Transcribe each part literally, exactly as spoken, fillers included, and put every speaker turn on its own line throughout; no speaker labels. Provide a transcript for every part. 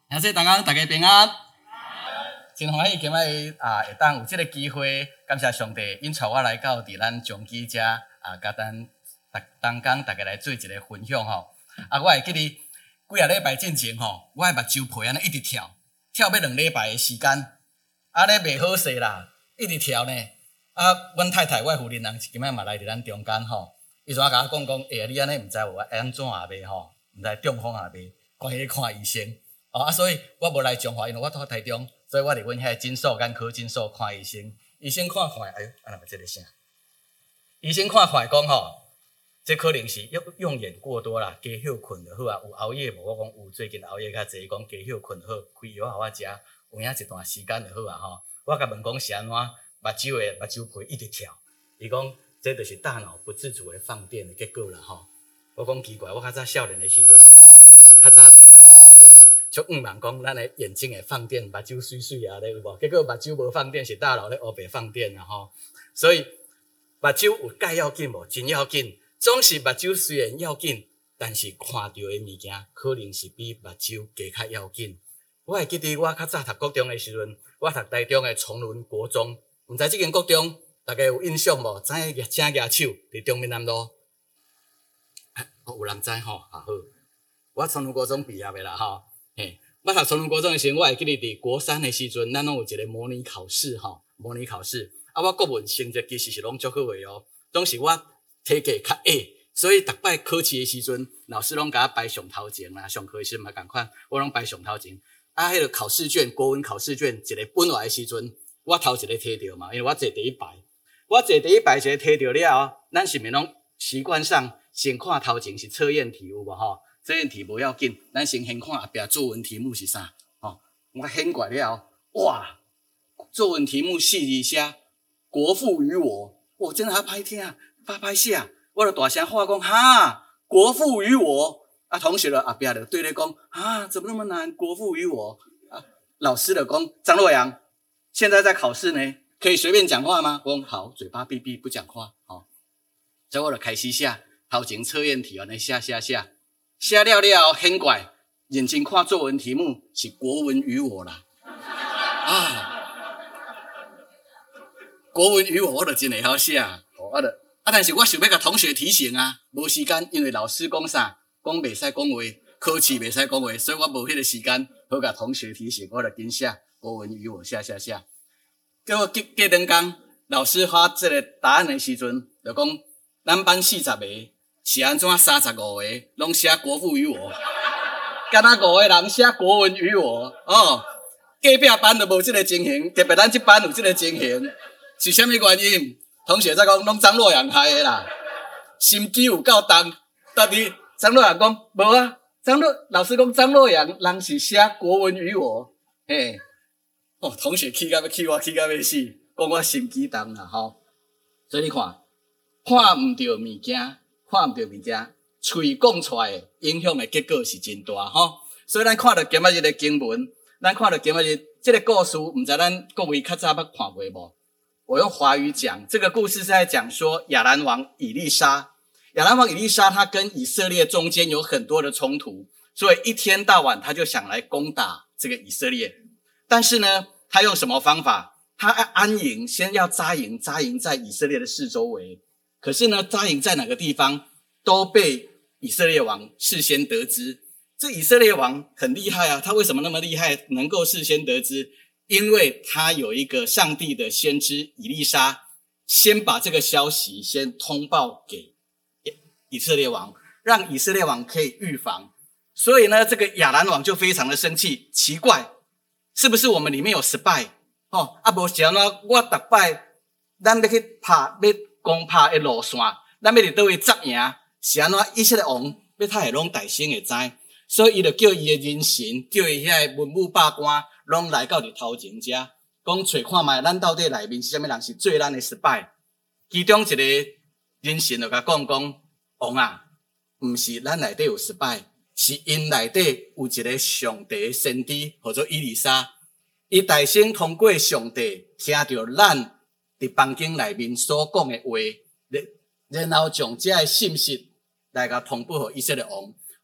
兄弟，大家大家平安。真欢喜今仔啊，会当有这个机会，感谢上帝引带我来到伫咱中基遮啊，甲咱逐当工大家来做一个分享吼。啊，我会记得几啊礼拜进前吼，我的目睭皮安尼一直跳，跳要两礼拜的时间，啊咧袂好势啦，一直跳呢。啊，阮太太我的夫人人今仔嘛来伫咱中间吼，伊就甲我讲讲，哎、欸，你安尼毋知有安怎也袂吼，毋知中风也袂，赶紧去看医生。哦啊，所以我无来中华，因为我住台中，所以我伫阮遐诊所眼科诊所看医生。医生看看，哎呦，啊那么这个啥？医生看看讲吼，这可能是用用眼过多啦，加休困就好啊。有熬夜无？我讲有，最近熬夜较济，讲加休困好，开药互我食，有影一段时间就好啊吼。我甲问讲是安怎？目睭的目睭皮一直跳，伊讲这就是大脑不自主的放电的结果啦吼。我讲奇怪，我较早少年的时阵吼，较早读大学的时阵。就毋茫讲，咱的眼睛会放电，目睭水水啊，咧有无？结果目睭无放电，是大脑咧黑白放电啊吼。所以目睭有介要紧无？真要紧。总是目睭虽然要紧，但是看到的物件可能是比目睭加较要紧。我会记得我较早读国中的时阵，我读台中的崇伦国中，毋知即间国中大家有印象无？知影个正举手伫中闽南路，哦有人知吼，啊好。我崇伦国中毕业的啦吼。嘿，我读崇伦国中的时候，我会记得伫国三的时阵，咱拢有一个模拟考试吼，模拟考试。啊，我国文成绩其实是拢足好诶哦，当时我体格较矮，所以逐摆考试的时阵，老师拢甲我排上头前啦。上课的时阵嘛共款，我拢排上头前。啊，迄个考试卷，国文考试卷一个本来的时阵，我头一个摕着嘛，因为我坐第一排。我坐第一排一个摕着了后，咱是毋拢习惯上先看头前是测验题有无吼？测验题无要紧，咱先先看后壁作文题目是啥吼。我掀过了后，哇，作文题目四字写国父与我，哇，真还歹听，歹歹写，我就大声喊讲哈，国父与我。啊，同学了后壁就对咧讲啊，怎么那么难？国父与我啊，老师就讲张洛阳，现在在考试呢，可以随便讲话吗？我讲好，嘴巴闭闭不讲话。好，所以我就开始写头前测验题安尼写写写。写了了后，很怪，认真看作文题目是国文与我啦。啊，国文与我，我就真会晓写。哦，我就啊，但是我想要甲同学提醒啊，无时间，因为老师讲啥，讲袂使讲话，考试袂使讲话，所以我无迄个时间好甲同学提醒，我就紧写国文与我，写写写。结果隔隔两天，老师发这个答案的时阵，就讲咱班四十个。是安怎三十五个拢写国父与我，敢若五个人写国文与我哦。隔壁班就无这个情形，特别咱这班有这个情形，是啥物原因？同学在讲拢张洛阳害的啦，心机有够重。到底张洛阳讲无啊？张洛老师讲张洛阳人是写国文与我，嘿，哦，同学气到要气我气到要死，讲我心机重啦吼。所以你看，看毋着物件。看毋到物件，喙讲出来的影响的结果是真大吼。所以咱看到今仔日的经文，咱看到今仔日这个故事，毋知咱各位较早捌看过无？我用华语讲，这个故事是在讲说亚兰王以利沙。亚兰王以利沙他跟以色列中间有很多的冲突，所以一天到晚他就想来攻打这个以色列。但是呢，他用什么方法？他安营，先要扎营，扎营在以色列的四周围。可是呢，扎营在哪个地方都被以色列王事先得知。这以色列王很厉害啊，他为什么那么厉害，能够事先得知？因为他有一个上帝的先知以利沙，先把这个消息先通报给以色列王，让以色列王可以预防。所以呢，这个亚兰王就非常的生气，奇怪，是不是我们里面有 spy？ 哦，啊，无是安怎我逐摆咱要去拍要攻拍的路线，咱要伫倒位扎赢，是安怎以色列王要他会拢大声会知，所以伊就叫伊的人神，叫伊遐文武百官拢来到伫头前遮，讲找看卖咱到底内面是啥物人是做咱的 spy。其中一个人神就甲讲讲，王啊，毋是咱内底有 spy， 是因内底有一个上帝的先知，叫做以利沙，伊大声通过上帝听到咱伫房间内面所讲的话，然后将这个信息来甲通报予以色列王。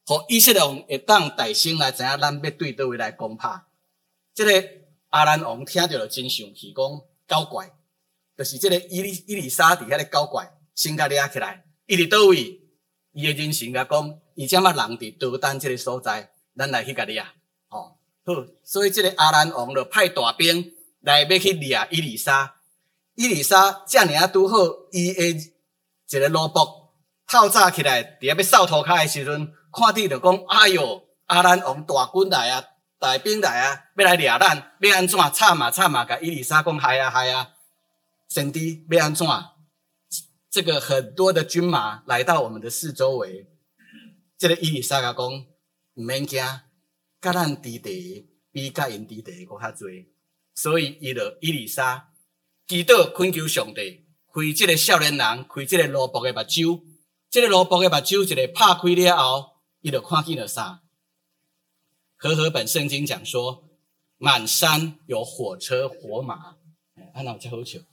互以色列王会当大声来知影咱要对倒位来攻打。这个亚兰王听到就真生气，讲搞怪，就是这个伊利伊丽莎伫遐咧搞怪，心甲掠起来，伊伫倒位，伊的人神甲讲，伊这么人伫刀丹这个所在，咱来去甲掠。吼，好，所以这个亚兰王就派大兵来要去掠伊丽莎。伊丽莎遮尔啊拄好，伊的一个罗卜透早起来，伫遐要扫涂骹的时阵，看见就讲，哎哟，亚兰王大军来啊，大兵来啊，要来掠咱，要安怎？吵嘛吵嘛，甲伊丽莎讲，嗨啊嗨啊，先知要安怎？这个很多的军马来到我们的四周围，这个伊丽莎甲讲，唔免惊，甲咱伫地比甲因伫地搁较侪，所以伊就伊丽莎祈祷恳求上帝，开这个少年人开这个罗卜的目睭，这个罗卜的目睭一个拍开了后，伊就看见了啥？和合本圣经讲说，满山有火车火马，啊，那有这好笑，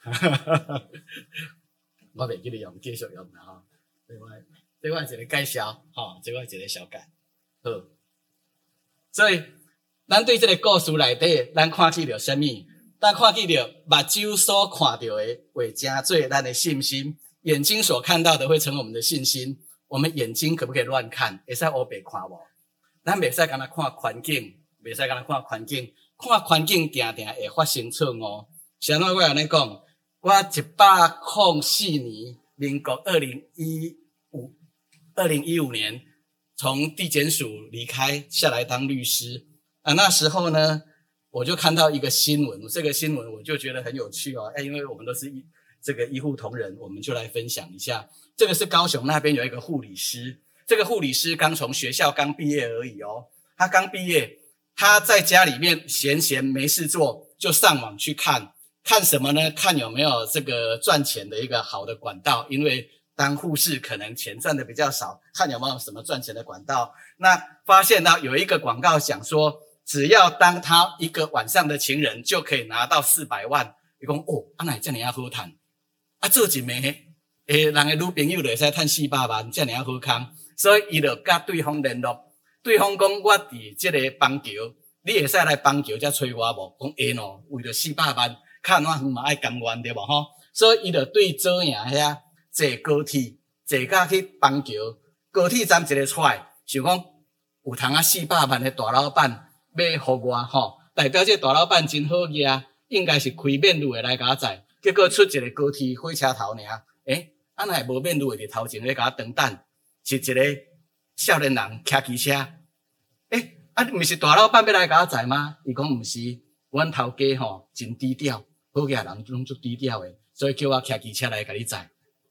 我袂记得用，继续用啦吼。另外，另外一个介绍，吼，另外一个小改，好。所以，咱对这个故事内底，咱看见了什么？咱看见了目睭所看到的，会成做咱的信心。眼睛所看到的会成为我们的信心。我们眼睛可不可以乱看？会使黑白看无？咱袂使干那看环境，袂使干那看环境，看环境定定会发生错误。像我我安尼讲，我一百零四年，民国二零一五二零一五年从地检署离开下来当律师啊。那时候呢，我就看到一个新闻，这个新闻我就觉得很有趣哦。哎，因为我们都是医这个医护同仁，我们就来分享一下。这个是高雄那边有一个护理师。这个护理师刚从学校刚毕业而已哦，他刚毕业，他在家里面闲闲没事做，就上网去看，看什么呢？看有没有这个赚钱的一个好的管道，因为当护士可能钱赚的比较少，看有没有什么赚钱的管道。那发现到有一个广告讲说，只要当他一个晚上的情人，就可以拿到四百万。他说哦，啊哪这么好赚？啊做一暝，诶，人的女朋友就会使赚四百万，这么好康。所以伊就甲对方联络，对方讲我伫这个邦桥，你会使来邦桥才找我无？讲会喏，为着四百万，看怎远嘛爱甘愿对无吼？所以伊就对左营遐坐高铁，坐甲去邦桥，高铁站一个出来，想讲有通啊四百万的大老板要互我吼，代表这大老板真好业，应该是开免路的来甲我载，结果出一个高铁火车头尔，诶，啊哪会无免路的伫头前咧甲我等等？是一个少年人骑机车，诶，啊，毋是大老板要来甲我载吗？伊讲毋是，阮头家吼真低调，好家人拢足低调诶，所以叫我骑机车来甲你载。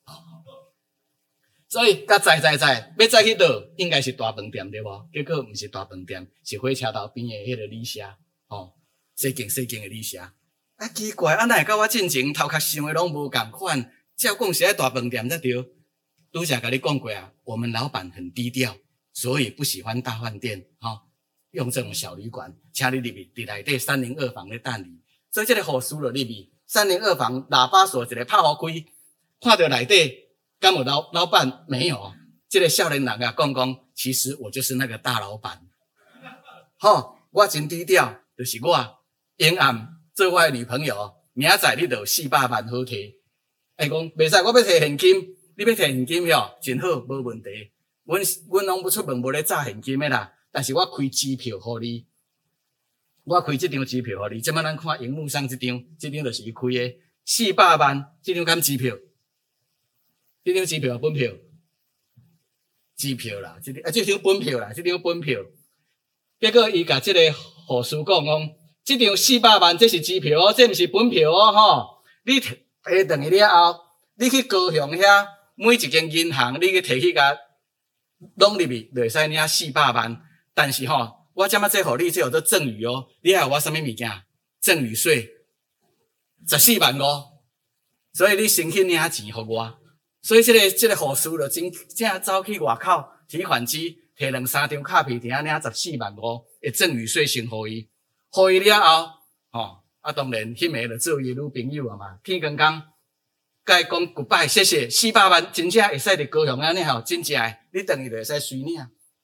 所以甲载载载，要载去倒，应该是大饭店对无？结果毋是大饭店，是火车头边诶迄个旅社，吼，细间细间诶旅社。啊，奇怪，啊，哪会甲我进前头壳想诶拢无共款？照讲是喺大饭店才对。拄则甲你讲过啊，我们老板很低调，所以不喜欢大饭店，哈、哦，用这种小旅馆，请你入去，伫内底三零二房咧等你。所以这个护士就入去，三零二房喇叭锁一个拍互开，看到内底，敢有老老板没有？这个少年人啊，讲讲，其实我就是那个大老板，吼、哦，我真低调，就是我阴暗做我的女朋友，明仔你就有四百万好摕。哎，讲袂使，我要摕现金。你要摕现金哟，真好，无问题。阮阮拢不出门，无咧炸现金的啦。但是我开支票互你，我开这张支票互你。即摆咱看荧幕上这张，这张就是伊开的四百万，这张敢支票？这张支票本票，支票啦，这张啊这张本票啦，这张本票。结果伊甲这个护士讲讲，这张四百万这是支票哦，这毋是本票哦吼。你摕下等去了后，你去高雄遐。每一间银行，你去摕去甲拢入去，就会使领四百万。但是吼，我即马这互你，这叫做赠与哦。你还有我什么物件？赠与税十四万五，所以你先去领钱互我。所以这个这个护士就真正走去外口提款机，摕两三张卡片，伫遐领十四万五的赠与税先互伊。互伊了后，吼啊，当然迄暝就做伊女朋友啊嘛，天刚刚。甲伊讲 goodbye， 谢谢，四百万真正会使伫高雄安尼吼，真正诶，你等于就会使随领。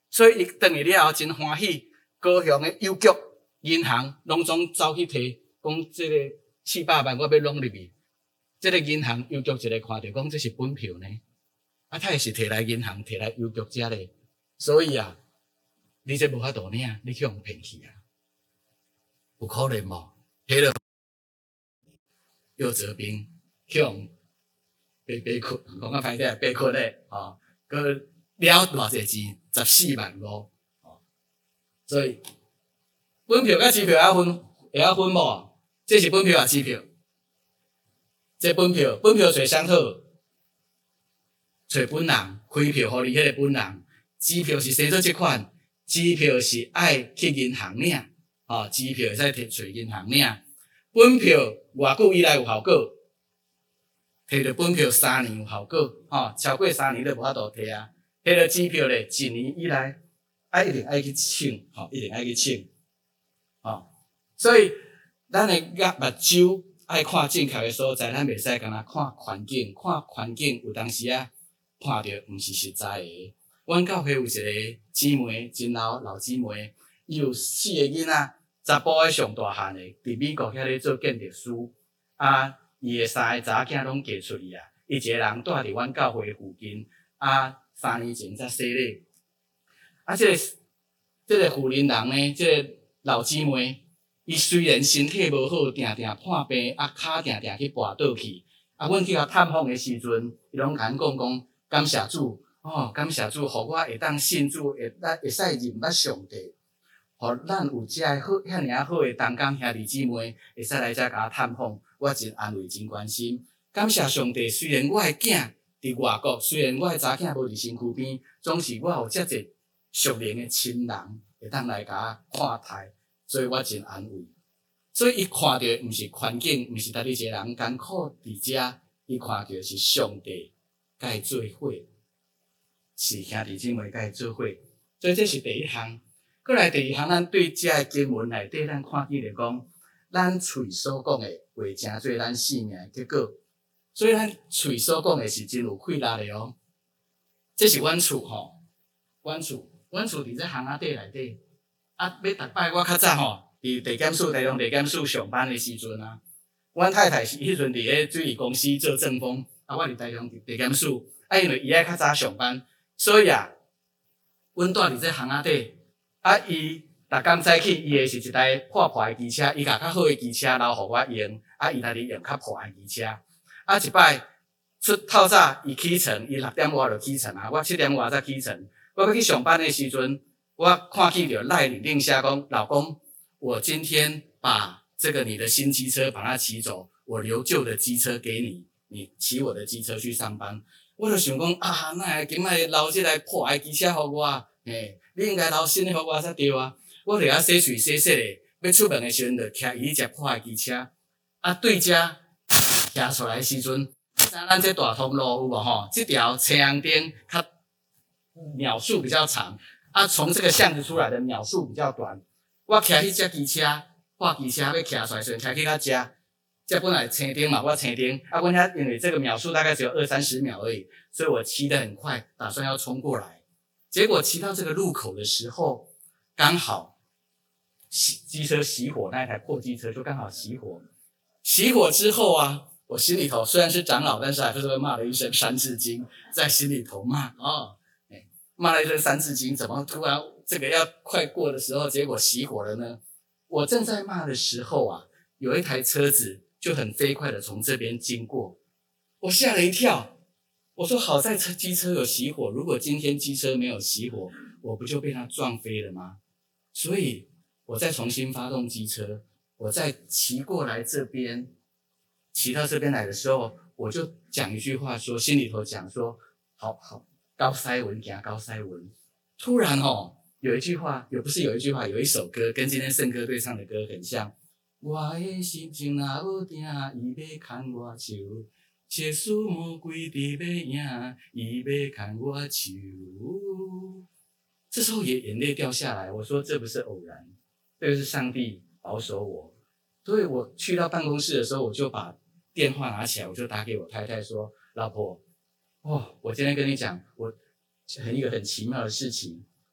所以伊转去了后真欢喜，高雄的邮局、银行拢总走去摕，讲即个四百万我要拢入去。即个银行邮局一个看到讲这是本票呢，啊，他也是摕来银行、摕来邮局遮咧。所以啊，你这无法度领，你去互骗去啊，有可能无？迄落右泽兵去互被被困，讲啊歹听，被困咧，吼，佮了偌济钱，十四万五，吼，所以本票甲支票会分，会晓分无？这是本票啊，支票。这本票，本票找谁好？找本人，开票互你迄个本人。支票是生做即款，支票是爱去银行领，吼、哦，支票会使摕找银行领。本票偌久以来有效果？摕到本票三年有效果，吼、哦，超过三年都无法度摕啊。迄个支票咧，一年以来，啊一定爱去请，吼、哦，一定爱去请，吼、哦，所以咱的眼目睭。爱看正确的所在，咱袂使干那看环境，看环境有当时啊，看到毋是实在的。阮教会有一个姊妹，真老老姊妹，伊有四个囡仔，查甫诶上大汉诶，伫美国遐咧做建筑师，啊，伊诶三个查囝拢嫁出去啊，伊一个人住伫阮教会附近，啊，三年前才洗礼。啊，即、這个即、這个妇人人呢，即、這个老姊妹。伊虽然身体无好，定定破病，啊，骹定定去跋倒去。啊，阮去甲探访诶时阵，伊拢甲阮讲讲，感谢主，哦，感谢主，互我会当信主，会当会使认捌上帝，互咱有遮个好遐尔好诶同工兄弟姊妹，会使来遮甲我探访，我真安慰，真关心。感谢上帝，虽然我诶囝伫外国，虽然我诶查囝无伫身躯边，总是我有遮济熟龄诶亲人会当来甲我看待。所以我真安慰，所以伊看到毋是环境，毋是家己一个人艰苦伫遮，伊看到是上帝甲伊做伙，是兄弟姊妹甲伊做伙。所以这是第一项。过来第二项，咱对遮个经文内底，咱看见着讲，咱喙所讲诶话，成做咱性命诶结果。所以咱喙所讲诶是真有气力诶哦。这是阮厝吼，阮厝，阮厝伫这巷仔底内底。啊，要逐摆我较早吼，伫地检署、台中地检署上班诶时阵啊，阮太太是迄阵伫咧水利公司做政风，啊，我伫台中地检署，啊，因为伊爱较早上班，所以啊，阮住伫这巷仔底，啊，伊逐工早起，伊诶是一台破破诶机车，伊甲较好诶机车留互我用，啊，伊家己用较破诶机车，啊，一摆出透早伊起床，伊六点外就起床啊，我七点外才起床，我要去上班诶时阵。我看见着赖里令下讲，老公，我今天把这个你的新机车把它骑走，我留旧的机车给你，你骑我的机车去上班。我就想讲啊，那会今仔留这台破的机车互我，嘿，你应该留新的互我才对啊。我就遐洗喙洗洗的，要出门的时阵就骑伊只破的机车，啊，对遮骑出来的时阵，咱这大通路有无吼？这条青红灯较秒数比较长。啊，从这个巷子出来的秒数比较短。我骑迄只机车，破机车要骑出来时，骑去到遮，这本来青灯嘛，我青灯，啊，阮遐因为这个秒数大概只有二三十秒而已，所以我骑得很快，打算要冲过来。结果骑到这个路口的时候，刚好机车熄火，那一台破机车就刚好熄火。熄火之后啊，我心里头虽然是长老，但是还是会骂了一声三字经，在心里头骂哦。骂了一声三字经，怎么突然这个要快过的时候，结果熄火了呢？我正在骂的时候啊，有一台车子就很飞快的从这边经过，我吓了一跳。我说好在车机车有熄火，如果今天机车没有熄火，我不就被它撞飞了吗？所以我再重新发动机车，我再骑过来这边，骑到这边来的时候，我就讲一句话说，心里头讲说，好好。高塞文行高塞文，突然哦，有一句话，有不是有一句话，有一首歌跟今天圣歌队唱的歌很像。我的心情若好定，伊要牵我手，切丝魔鬼伫要赢，伊要牵我手。这时候也眼泪掉下来，我说这不是偶然，这个是上帝保守我。所以我去到办公室的时候，我就把电话拿起来，我就打给我太太说，老婆。哦，我今天跟你讲，我很一个很奇妙的事情。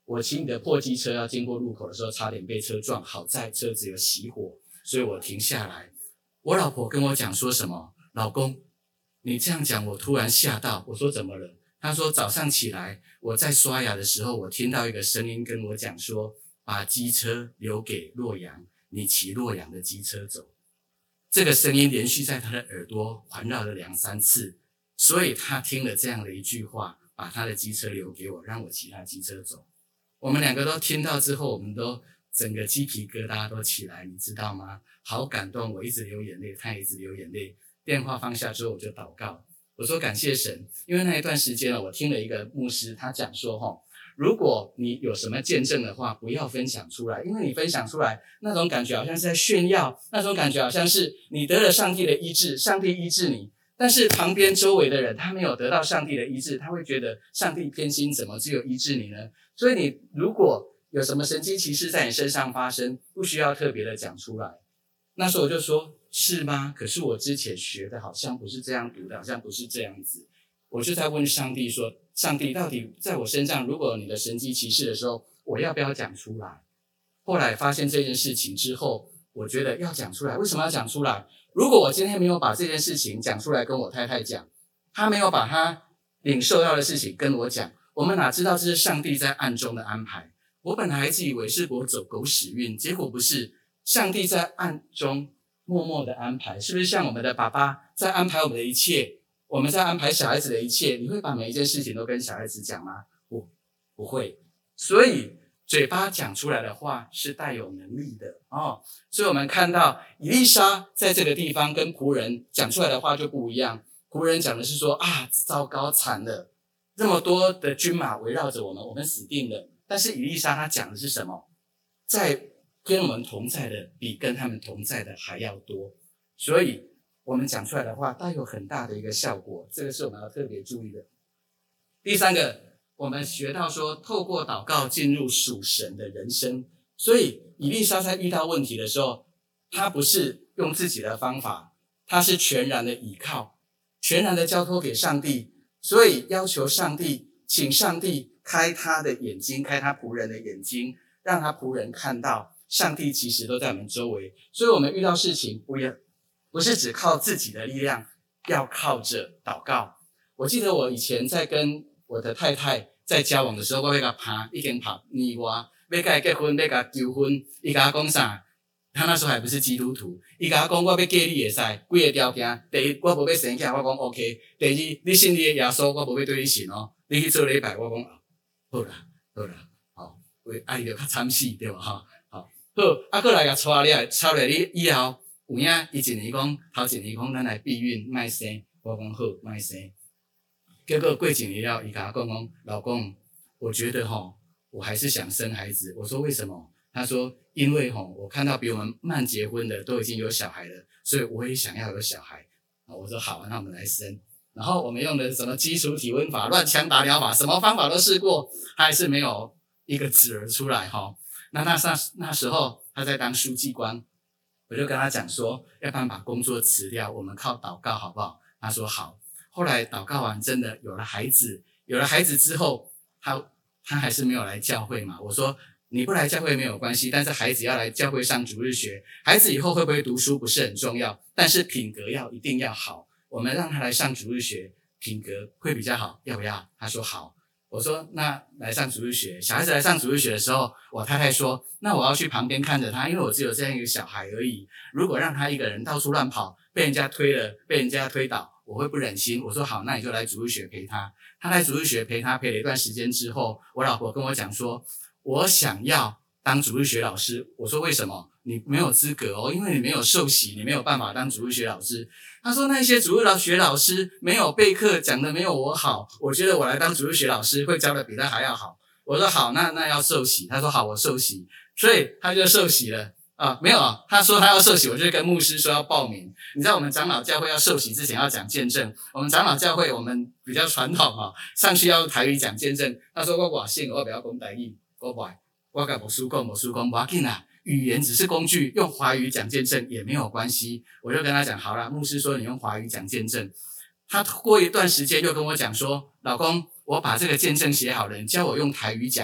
我骑你的破机车要经过路口的时候，差点被车撞，好在车子有熄火，所以我停下来。我老婆跟我讲说什么？老公，你这样讲我突然吓到。我说怎么了？她说早上起来我在刷牙的时候，我听到一个声音跟我讲说，把机车留给洛阳，你骑洛阳的机车走。这个声音连续在她的耳朵环绕了两三次，所以她听了这样的一句话，把她的机车留给我，让我骑她机车走。我们两个都听到之后，我们都整个鸡皮疙瘩都起来，你知道吗？好感动，我一直流眼泪，他也一直流眼泪。电话放下之后，我就祷告，我说感谢神，因为那一段时间我听了一个牧师，他讲说齁，如果你有什么见证的话，不要分享出来，因为你分享出来，那种感觉好像是在炫耀，那种感觉好像是你得了上帝的医治，上帝医治你，但是旁边周围的人他没有得到上帝的医治，他会觉得上帝偏心，怎么只有医治你呢？所以你如果有什么神迹奇事在你身上发生，不需要特别的讲出来。那时候我就说，是吗？可是我之前学的好像不是这样读的，好像不是这样子。我就在问上帝说，上帝到底在我身上，如果有你的神迹奇事的时候，我要不要讲出来？后来发现这件事情之后，我觉得要讲出来。为什么要讲出来？如果我今天没有把这件事情讲出来跟我太太讲，她没有把她领受到的事情跟我讲，我们哪知道这是上帝在暗中的安排？我本来还自以为是我走狗屎运，结果不是，上帝在暗中默默的安排。是不是像我们的爸爸在安排我们的一切，我们在安排小孩子的一切？你会把每一件事情都跟小孩子讲吗？不，不会。所以嘴巴讲出来的话是带有能力的哦。所以我们看到以利沙在这个地方跟仆人讲出来的话就不一样。仆人讲的是说啊，糟糕，惨了，这么多的军马围绕着我们，我们死定了。但是以利沙他讲的是什么？在跟我们同在的比跟他们同在的还要多，所以我们讲出来的话带有很大的一个效果，这个是我们要特别注意的。第三个，我们学到说透过祷告进入属神的人生，所以以利沙在遇到问题的时候，他不是用自己的方法，他是全然的倚靠，全然的交托给上帝，所以要求上帝，请上帝开他的眼睛，开他仆人的眼睛，让他仆人看到上帝其实都在我们周围。所以我们遇到事情不要不是只靠自己的力量，要靠着祷告。我记得我以前在跟我的太太在交往的时候，我要甲拍已经拍年外，要甲伊结婚，要甲求婚，伊甲我讲啥？他那时候还不是基督徒，伊甲我讲我要嫁你会使，几个条件：第一，我无要生囝，我讲 OK； 第二，你信你的耶稣，我无要对你信哦。你去做礼拜，我讲好啦，好啦，好，为爱就较惨死，对吧？哈，好，好，啊，过来甲娶了，娶了你以后，有影伊一年讲，头一年讲咱来避孕，莫生，我讲好，莫生。结果过几年了，伊甲我讲讲，老公，我觉得吼，我还是想生孩子。我说为什么？他说，因为吼，我看到比我们慢结婚的都已经有小孩了，所以我也想要有小孩。我说好，那我们来生。然后我们用的什么基础体温法、乱枪打鸟法，什么方法都试过，他还是没有一个子儿出来哈。那那那那时候他在当书记官，我就跟他讲说，要不然把工作辞掉，我们靠祷告好不好？他说好。后来祷告完，真的有了孩子，有了孩子之后，他他还是没有来教会嘛。我说你不来教会没有关系，但是孩子要来教会上主日学，孩子以后会不会读书不是很重要，但是品格要一定要好。我们让他来上主日学，品格会比较好，要不要？他说好。我说那来上主日学，小孩子来上主日学的时候，我太太说，那我要去旁边看着他，因为我只有这样一个小孩而已。如果让他一个人到处乱跑，被人家推了，被人家推倒，我会不忍心。我说好，那你就来主日学陪他。他来主日学陪他陪了一段时间之后，我老婆跟我讲说，我想要当主日学老师。我说为什么？你没有资格哦，因为你没有受洗，你没有办法当主日学老师。他说那些主日学老师没有备课，讲的没有我好，我觉得我来当主日学老师会教的比他还要好。我说好，那那要受洗。他说好，我受洗。所以他就受洗了啊，没有啊，他说他要受洗，我就跟牧师说要报名。你知道我们长老教会要受洗之前要讲见证，我们长老教会我们比较传统啊，上去要台语讲见证。他说我外省，我不要讲台语，我不爱，我跟牧师讲，牧师讲不要紧啦。语言只是工具，用华语讲见证也没有关系。我就跟他讲，好啦，牧师说你用华语讲见证。他过一段时间又跟我讲说，老公，我把这个见证写好了，你教我用台语讲。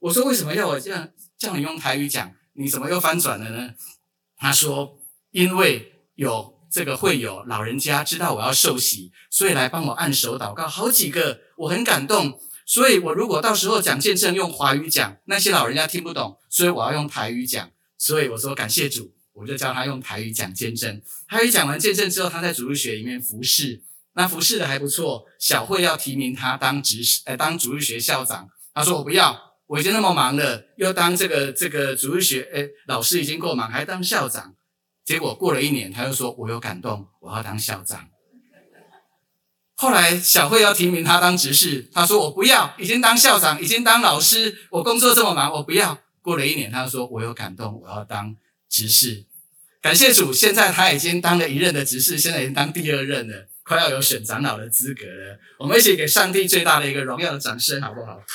我说为什么要我这样叫你用台语讲？你怎么又翻转了呢？他说因为有这个会有老人家知道我要受洗，所以来帮我按手祷告，好几个，我很感动。所以我如果到时候讲见证用华语讲，那些老人家听不懂，所以我要用台语讲。所以我说感谢主，我就叫他用台语讲见证。台语讲完见证之后，他在主日学里面服侍，那服侍的还不错。小会要提名他当执事，呃，当主日学校长。他说我不要，我已经那么忙了，又当这个这个主日学，呃，老师已经够忙，还当校长。结果过了一年，他又说我有感动，我要当校长。后来小会要提名他当执事，他说我不要，已经当校长，已经当老师，我工作这么忙，我不要。过了一年，他说我有感动，我要当执事。感谢主，现在他已经当了一任的执事，现在已经当第二任了，快要有选长老的资格了。我们一起给上帝最大的一个荣耀的掌声，好不好？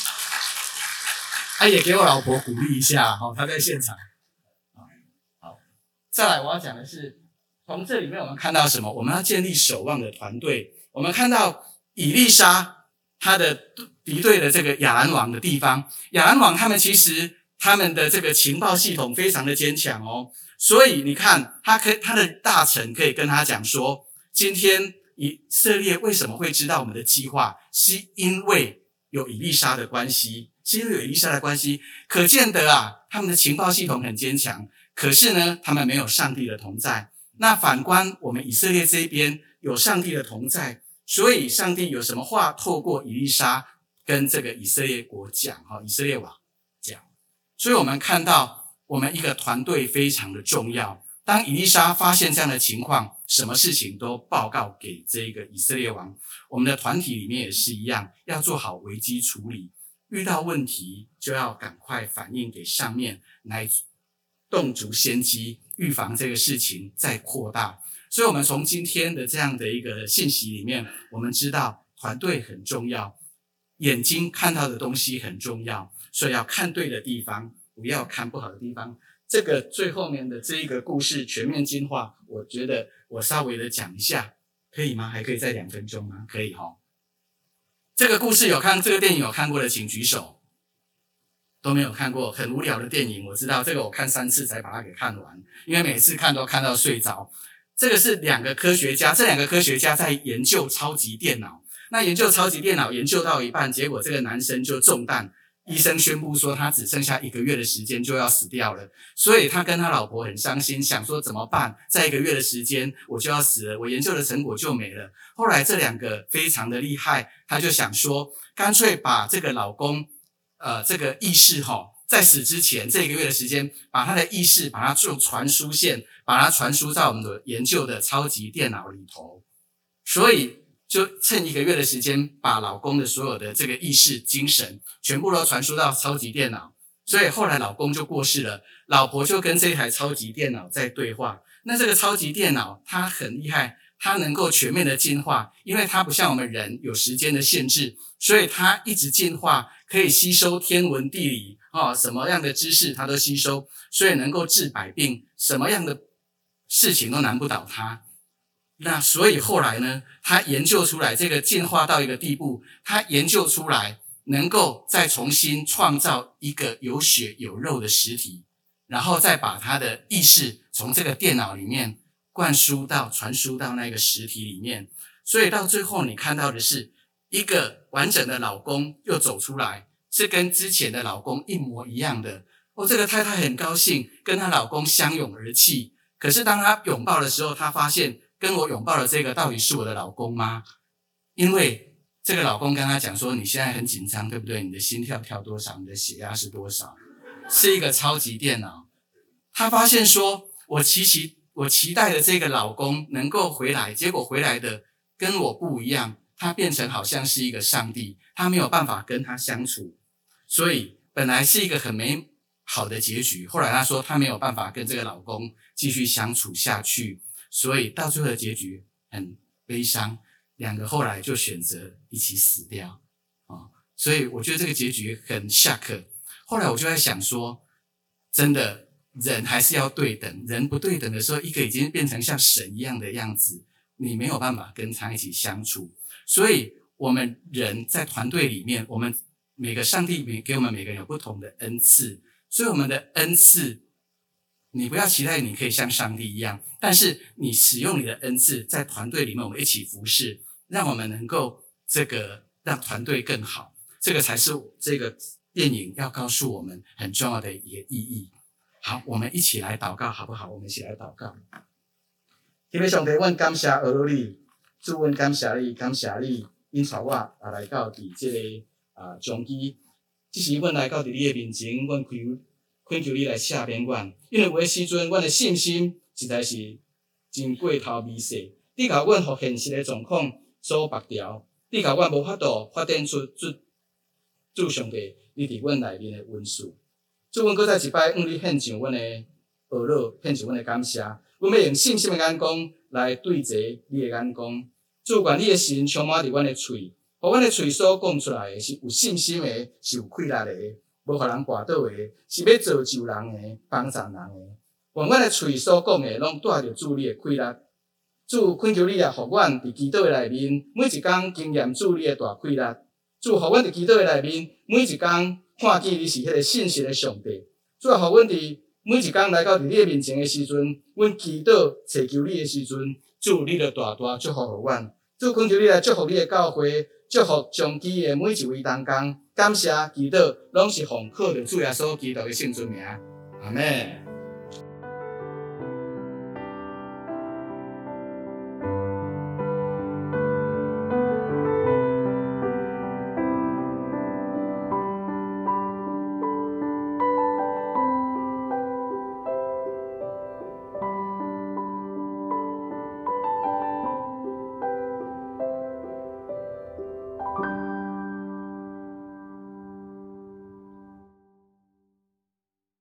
他也给我老婆鼓励一下，好，他在现场。好，再来我要讲的是，从这里面我们看到什么？我们要建立守望的团队。我们看到以利沙他的敌对的这个亚兰王的地方，亚兰王他们其实他们的这个情报系统非常的坚强哦，所以你看他可他的大臣可以跟他讲说，今天以色列为什么会知道我们的计划，是因为有以利沙的关系，是因为有以利沙的关系，可见得啊，他们的情报系统很坚强，可是呢，他们没有上帝的同在。那反观我们以色列这一边有上帝的同在，所以上帝有什么话透过以利沙跟这个以色列国讲，以色列王讲。所以我们看到我们一个团队非常的重要。当以利沙发现这样的情况，什么事情都报告给这个以色列王。我们的团体里面也是一样，要做好危机处理，遇到问题就要赶快反映给上面，来动足先机，预防这个事情再扩大。所以我们从今天的这样的一个信息里面，我们知道团队很重要，眼睛看到的东西很重要，所以要看对的地方，不要看不好的地方。这个最后面的这一个故事全面进化，我觉得我稍微的讲一下，可以吗？还可以再两分钟吗？可以齁。这个故事有看，这个电影有看过的请举手。都没有看过，很无聊的电影，我知道这个我看三次才把它给看完，因为每次看都看到睡着。这个是两个科学家，这两个科学家在研究超级电脑。那研究超级电脑研究到一半，结果这个男生就中弹，医生宣布说他只剩下一个月的时间就要死掉了，所以他跟他老婆很伤心，想说怎么办，在一个月的时间我就要死了，我研究的成果就没了。后来这两个非常的厉害，他就想说干脆把这个老公呃这个意识齁，在死之前这一个月的时间，把他的意识把它做传输线，把它传输到我们的研究的超级电脑里头，所以就趁一个月的时间，把老公的所有的这个意识、精神全部都传输到超级电脑。所以后来老公就过世了，老婆就跟这台超级电脑在对话。那这个超级电脑它很厉害，它能够全面的进化，因为它不像我们人有时间的限制，所以它一直进化，可以吸收天文地理哦，什么样的知识它都吸收，所以能够治百病，什么样的事情都难不倒它。那所以后来呢，他研究出来这个进化到一个地步，他研究出来能够再重新创造一个有血有肉的实体，然后再把他的意识从这个电脑里面灌输到传输到那个实体里面。所以到最后你看到的是一个完整的老公又走出来，是跟之前的老公一模一样的。哦，这个太太很高兴，跟她老公相拥而泣。可是当她拥抱的时候，她发现跟我拥抱的这个到底是我的老公吗？因为这个老公跟她讲说，你现在很紧张，对不对？你的心跳跳多少？你的血压是多少？是一个超级电脑。她发现说，我期期我期待的这个老公能够回来，结果回来的跟我不一样，他变成好像是一个上帝，他没有办法跟他相处。所以本来是一个很美好的结局，后来她说她没有办法跟这个老公继续相处下去，所以到最后的结局很悲伤，两个后来就选择一起死掉、哦、所以我觉得这个结局很 shock。 后来我就在想说，真的人还是要对等，人不对等的时候，一个已经变成像神一样的样子，你没有办法跟他一起相处。所以我们人在团队里面，我们每个上帝每给我们每个人有不同的恩赐，所以我们的恩赐，你不要期待你可以像上帝一样，但是你使用你的恩赐，在团队里面我们一起服侍，让我们能够这个让团队更好，这个才是这个电影要告诉我们很重要的一个意义。好，我们一起来祷告好不好？我们一起来祷告。天父上帝，阮感谢俄罗你，主，阮感谢你，感谢你引导我啊来到伫这个啊中基，即时阮来到伫你的面前，阮恳恳求你来赦免阮，因为有的时阵阮的信心实在是真过头微细，你甲阮互现实的状况所绑掉，你甲阮无法度发展出主主上帝你伫阮内面的恩赐。主，阮搁再一摆向你献上阮的学乐，献上阮的感谢。阮要用信心的眼光来对齐你的眼光。主，愿你的神充满伫阮的喙，互阮的喙所讲出来的是有信心的，是有气力的，无互人绊倒的，是要造就人的，帮助人的。愿阮的喙所讲的，拢带着主你的气力。主，恳求你啊，互阮伫祈祷的内面，每一工经验主你的大气力。主，互阮伫祈祷的内面，每一工看见你是迄个信实的上帝。主啊，互阮伫每一工来到伫你的面前的时阵，阮祈祷祈求你的时阵，主你就大大祝福互阮。主，恳求你来祝福你的教会，祝福中基的每一位同工。感谢祈祷，拢是奉靠着主耶稣基督的圣尊名。阿门。